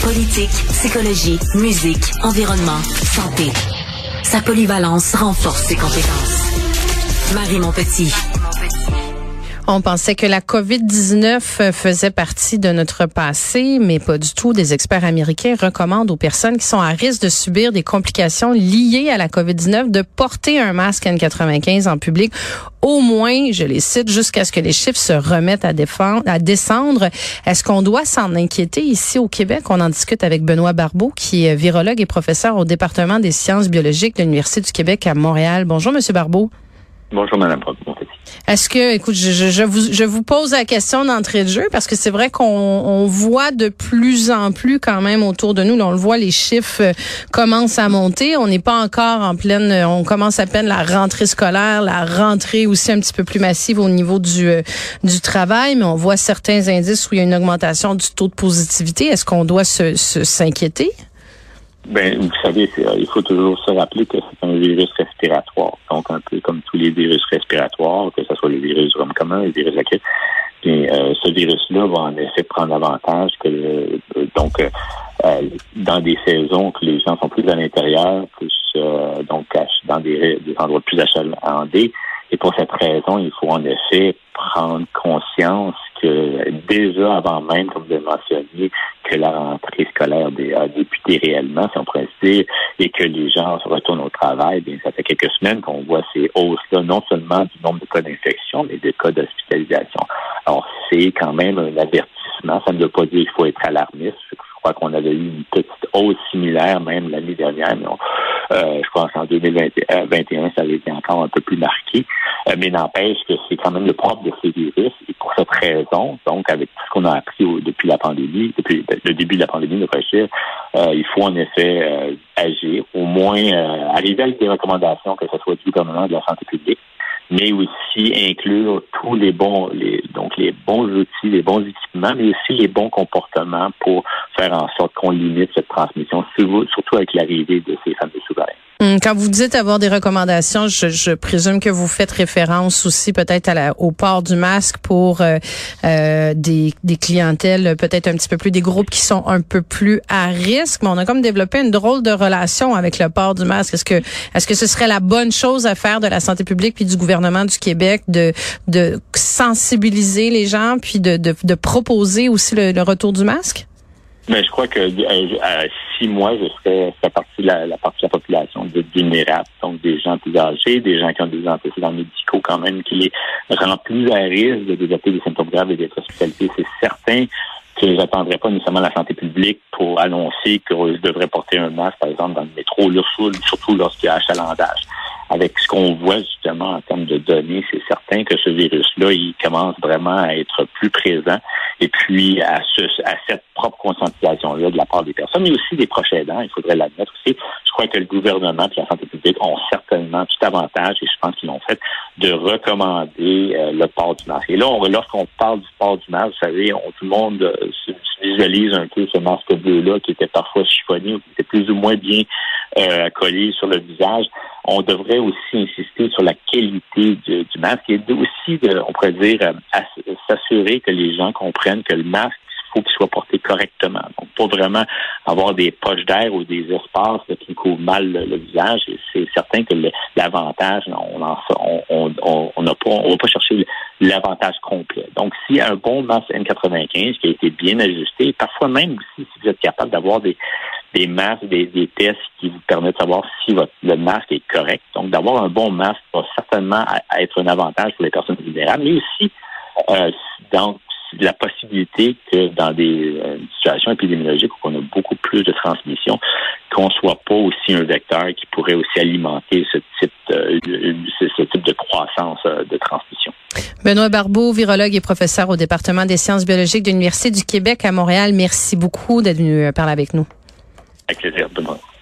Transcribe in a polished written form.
Politique, psychologie, musique, environnement, santé. Sa polyvalence renforce ses compétences. Marie Montpetit. On pensait que la COVID-19 faisait partie de notre passé, mais pas du tout. Des experts américains recommandent aux personnes qui sont à risque de subir des complications liées à la COVID-19 de porter un masque N95 en public, au moins, je les cite, jusqu'à ce que les chiffres se remettent à descendre. Est-ce qu'on doit s'en inquiéter ici au Québec? On en discute avec Benoît Barbeau, qui est virologue et professeur au département des sciences biologiques de l'Université du Québec à Montréal. Bonjour, Monsieur Barbeau. Bonjour, Madame Montpetit. Est-ce que, écoute, je vous pose la question d'entrée de jeu parce que c'est vrai qu'on voit de plus en plus quand même autour de nous. Là, on le voit, les chiffres commencent à monter. On n'est pas encore en pleine, on commence à peine la rentrée scolaire, la rentrée aussi un petit peu plus massive au niveau du travail, mais on voit certains indices où il y a une augmentation du taux de positivité. Est-ce qu'on doit s'inquiéter? Ben, vous savez, il faut toujours se rappeler que c'est un virus respiratoire. Donc, un peu comme tous les virus respiratoires, que ce soit le virus du rhume commun, le virus de la grippe. Et ce virus-là va en effet prendre avantage que dans des saisons que les gens sont plus à l'intérieur, plus dans des endroits plus achalandés. Et pour cette raison, il faut en effet prendre conscience que déjà avant même, comme vous l'avez mentionné, que la rentrée scolaire a débuté réellement, si on pourrait se dire, et que les gens se retournent au travail, bien, ça fait quelques semaines qu'on voit ces hausses-là, non seulement du nombre de cas d'infection, mais des cas d'hospitalisation. Alors, c'est quand même un avertissement. Ça ne veut pas dire qu'il faut être alarmiste. Je crois qu'on avait eu une petite hausse similaire même l'année dernière, mais je pense qu'en 2021, ça avait été encore un peu plus marqué. Mais n'empêche que c'est quand même le propre de ces virus. Et pour cette raison, donc, avec tout ce qu'on a appris depuis la pandémie, depuis le début de la pandémie, il faut en effet agir, au moins arriver avec des recommandations, que ce soit du gouvernement, de la santé publique, mais aussi inclure tous les bons outils, les bons équipements, mais aussi les bons comportements pour faire en sorte qu'on limite cette transmission, surtout avec l'arrivée de ces fameux sous-variants. Quand vous dites avoir des recommandations, je présume que vous faites référence aussi peut-être au port du masque pour des clientèles peut-être un petit peu plus, des groupes qui sont un peu plus à risque. Mais on a comme développé une drôle de relation avec le port du masque. Est-ce que ce serait la bonne chose à faire de la santé publique puis du gouvernement du Québec de sensibiliser les gens puis de proposer aussi le retour du masque? Mais je crois que à 6 mois, je serais partie de la partie de la population vulnérable, donc des gens plus âgés, des gens qui ont des antécédents médicaux quand même, qui les rendent plus à risque de développer des symptômes graves et d'être hospitalisés. C'est certain que j'attendrai pas nécessairement la santé publique pour annoncer qu'ils devraient porter un masque, par exemple, dans le métro, surtout lorsqu'il y a achalandage. Avec ce qu'on voit justement en termes de données, c'est certain que ce virus-là, il commence vraiment à être plus présent. Et puis, à cette propre conscientisation-là de la part des personnes, mais aussi des proches aidants, il faudrait l'admettre aussi. Je crois que le gouvernement et la santé publique ont certainement tout avantage, et je pense qu'ils l'ont fait, de recommander le port du masque. Et là, lorsqu'on parle du port du masque, vous savez, tout le monde se visualise un peu ce masque bleu-là qui était parfois chiffonné ou qui était plus ou moins bien collé sur le visage. On devrait aussi insister sur la qualité du masque et aussi, on pourrait dire, s'assurer que les gens comprennent que le masque, il faut qu'il soit porté correctement. Donc, pas vraiment avoir des poches d'air ou des espaces qui couvrent mal le visage. Et c'est certain que l'avantage, on va pas chercher l'avantage complet. Donc, s'il y a un bon masque N95 qui a été bien ajusté, parfois même aussi, si vous êtes capable d'avoir des masques, des tests qui vous permettent de savoir si le masque est correct. Donc, d'avoir un bon masque va certainement être un avantage pour les personnes vulnérables, mais aussi donc la possibilité que dans des situations épidémiologiques où on a beaucoup plus de transmission, qu'on soit pas aussi un vecteur qui pourrait aussi alimenter ce type de croissance de transmission. Benoît Barbeau, virologue et professeur au département des sciences biologiques de l'Université du Québec à Montréal. Merci beaucoup d'être venu parler avec nous. Avec plaisir, Benoît.